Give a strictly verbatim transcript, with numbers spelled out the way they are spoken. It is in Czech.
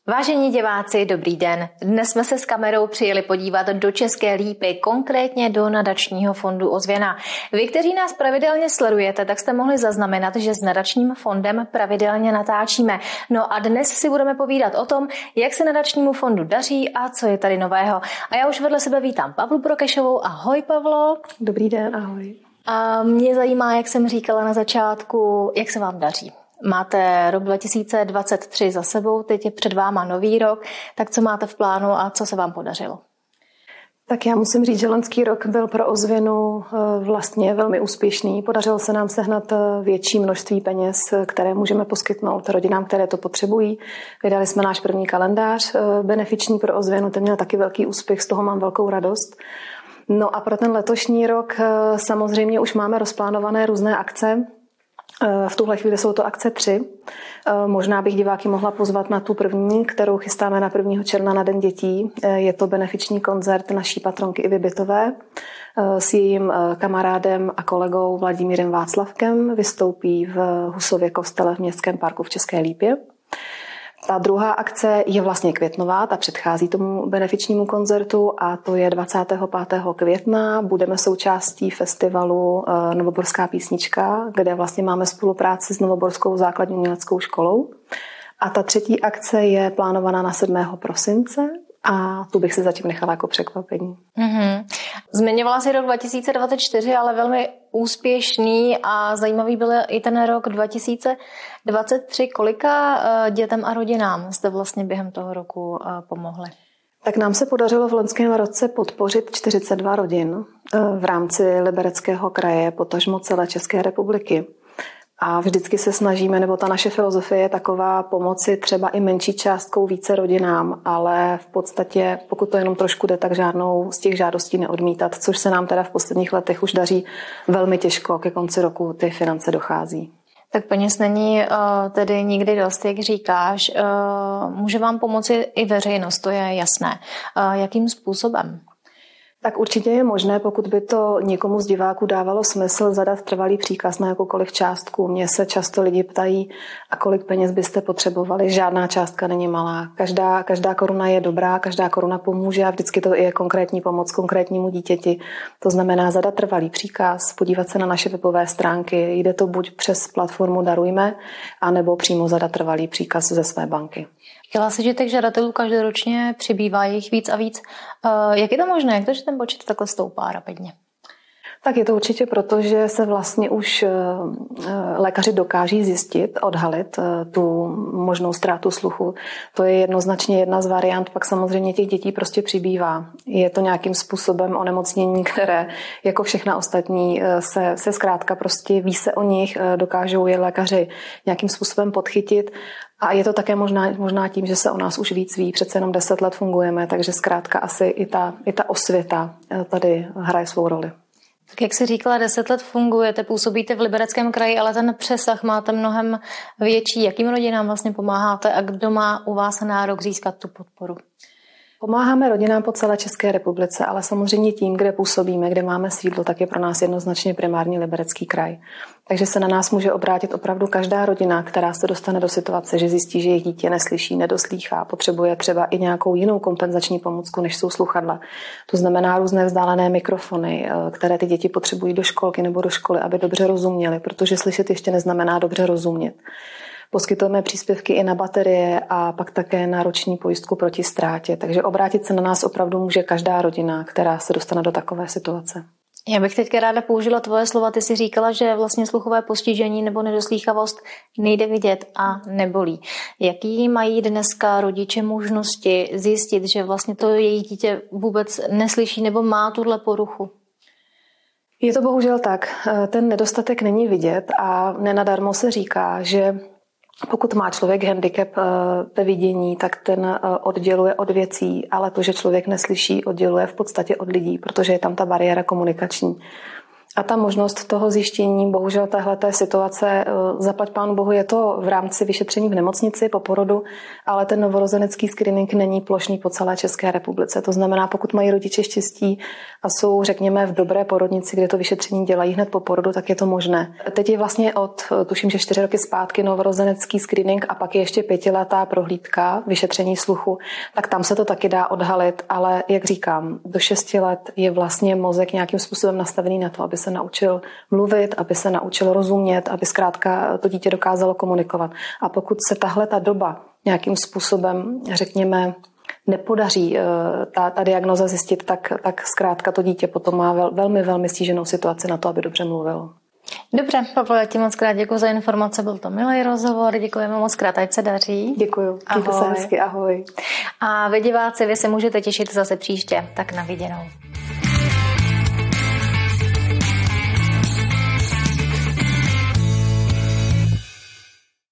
Vážení diváci, dobrý den. Dnes jsme se s kamerou přijeli podívat do České Lípy, konkrétně do nadačního fondu Ozvěna. Vy, kteří nás pravidelně sledujete, tak jste mohli zaznamenat, že s nadačním fondem pravidelně natáčíme. No a dnes si budeme povídat o tom, jak se nadačnímu fondu daří a co je tady nového. A já už vedle sebe vítám Pavlu Prokešovou. Ahoj, Pavlo. Dobrý den, ahoj. A mě zajímá, jak jsem říkala na začátku, jak se vám daří. Máte rok dva tisíce dvacet tři za sebou, teď je před váma nový rok, tak co máte v plánu a co se vám podařilo? Tak já musím říct, že loňský rok byl pro Ozvěnu vlastně velmi úspěšný. Podařilo se nám sehnat větší množství peněz, které můžeme poskytnout rodinám, které to potřebují. Vydali jsme náš první kalendář benefiční pro Ozvěnu, ten měl taky velký úspěch, z toho mám velkou radost. No a pro ten letošní rok samozřejmě už máme rozplánované různé akce. V tuhle chvíli jsou to akce tři. Možná bych diváky mohla pozvat na tu první, kterou chystáme na prvního června na Den dětí. Je to benefiční koncert naší patronky Ivy Bytové. S jejím kamarádem a kolegou Vladimírem Václavkem vystoupí v Husově kostele v Městském parku v České Lípě. Ta druhá akce je vlastně květnová, ta předchází tomu benefičnímu koncertu a to je dvacátého pátého května. Budeme součástí festivalu Novoborská písnička, kde vlastně máme spolupráci s Novoborskou základní uměleckou školou. A ta třetí akce je plánovaná na sedmého prosince a tu bych si zatím nechala jako překvapení. Mm-hmm. Zmiňovala si rok dva tisíce dvacet čtyři, ale velmi úspěšný a zajímavý byl i ten rok dva tisíce dvacet tři. Kolika dětem a rodinám jste vlastně během toho roku pomohli? Tak nám se podařilo v loňském roce podpořit čtyřicet dva rodin v rámci Libereckého kraje, potažmo celé České republiky. A vždycky se snažíme, nebo ta naše filozofie je taková pomoci třeba i menší částkou více rodinám, ale v podstatě, pokud to jenom trošku jde, tak žádnou z těch žádostí neodmítat, což se nám teda v posledních letech už daří velmi těžko, ke konci roku ty finance dochází. Tak peněz není uh, tedy nikdy dost, jak říkáš. Uh, může vám pomoci i veřejnost, to je jasné. Uh, jakým způsobem? Tak určitě je možné, pokud by to někomu z diváků dávalo smysl, zadat trvalý příkaz na jakoukoliv částku. Mně se často lidi ptají, a kolik peněz byste potřebovali. Žádná částka není malá. Každá, každá koruna je dobrá, každá koruna pomůže a vždycky to je konkrétní pomoc konkrétnímu dítěti. To znamená zadat trvalý příkaz, podívat se na naše webové stránky. Jde to buď přes platformu Darujme, anebo přímo zadat trvalý příkaz ze své banky. Chtěla se, že těch žadatelů každoročně přibývá jich víc a víc. Jak je to možné? Jak to, že ten počet takhle stoupá rapidně? Tak je to určitě proto, že se vlastně už lékaři dokáží zjistit, odhalit tu možnou ztrátu sluchu. To je jednoznačně jedna z variant, pak samozřejmě těch dětí prostě přibývá. Je to nějakým způsobem onemocnění, které jako všechna ostatní se, se zkrátka prostě ví se o nich, dokážou je lékaři nějakým způsobem podchytit. A je to také možná, možná tím, že se o nás už víc ví, přece jenom deset let fungujeme, takže zkrátka asi i ta, i ta osvěta tady hraje svou roli. Tak jak jsi říkala, deset let fungujete, působíte v Libereckém kraji, ale ten přesah máte mnohem větší. Jakým rodinám vlastně pomáháte a kdo má u vás nárok získat tu podporu? Pomáháme rodinám po celé České republice, ale samozřejmě tím, kde působíme, kde máme sídlo, tak je pro nás jednoznačně primární Liberecký kraj. Takže se na nás může obrátit opravdu každá rodina, která se dostane do situace, že zjistí, že jejich dítě neslyší, nedoslýchá, potřebuje třeba i nějakou jinou kompenzační pomůcku, než jsou sluchadla. To znamená různé vzdálené mikrofony, které ty děti potřebují do školky nebo do školy, aby dobře rozuměli, protože slyšet ještě neznamená dobře rozumět. Poskytujeme příspěvky i na baterie a pak také na roční pojistku proti ztrátě. Takže obrátit se na nás opravdu může každá rodina, která se dostane do takové situace. Já bych teďka ráda použila tvoje slova. Ty jsi říkala, že vlastně sluchové postižení nebo nedoslýchavost nejde vidět a nebolí. Jaký mají dneska rodiče možnosti zjistit, že vlastně to jejich dítě vůbec neslyší nebo má tuhle poruchu? Je to bohužel tak. Ten nedostatek není vidět a nenadarmo se říká, že pokud má člověk handicap ve vidění, tak ten odděluje od věcí, ale to, že člověk neslyší, odděluje v podstatě od lidí, protože je tam ta bariéra komunikační. A ta možnost toho zjištění, bohužel téhleté situace, zaplať pánu bohu, je to v rámci vyšetření v nemocnici po porodu, ale ten novorozenecký screening není plošný po celé České republice. To znamená, pokud mají rodiče štěstí a jsou, řekněme, v dobré porodnici, kde to vyšetření dělají hned po porodu, tak je to možné. Teď je vlastně od, tuším, že čtyři roky zpátky novorozenecký screening a pak je ještě pětiletá prohlídka, vyšetření sluchu, tak tam se to taky dá odhalit, ale jak říkám, do šesti let je vlastně mozek nějakým způsobem nastavený na to, aby se naučil mluvit, aby se naučil rozumět, aby zkrátka to dítě dokázalo komunikovat. A pokud se tahle ta doba nějakým způsobem, řekněme, nepodaří ta, ta diagnoza zjistit, tak, tak zkrátka to dítě potom má vel, velmi, velmi stíženou situaci na to, aby dobře mluvilo. Dobře, Pavlo, já ti moc krát děkuji za informace, byl to milý rozhovor, děkujeme moc krát, ať se daří. Děkuju, mějte se hezky, ahoj. A vy diváci, vy se můžete těšit zase příště, tak na viděnou.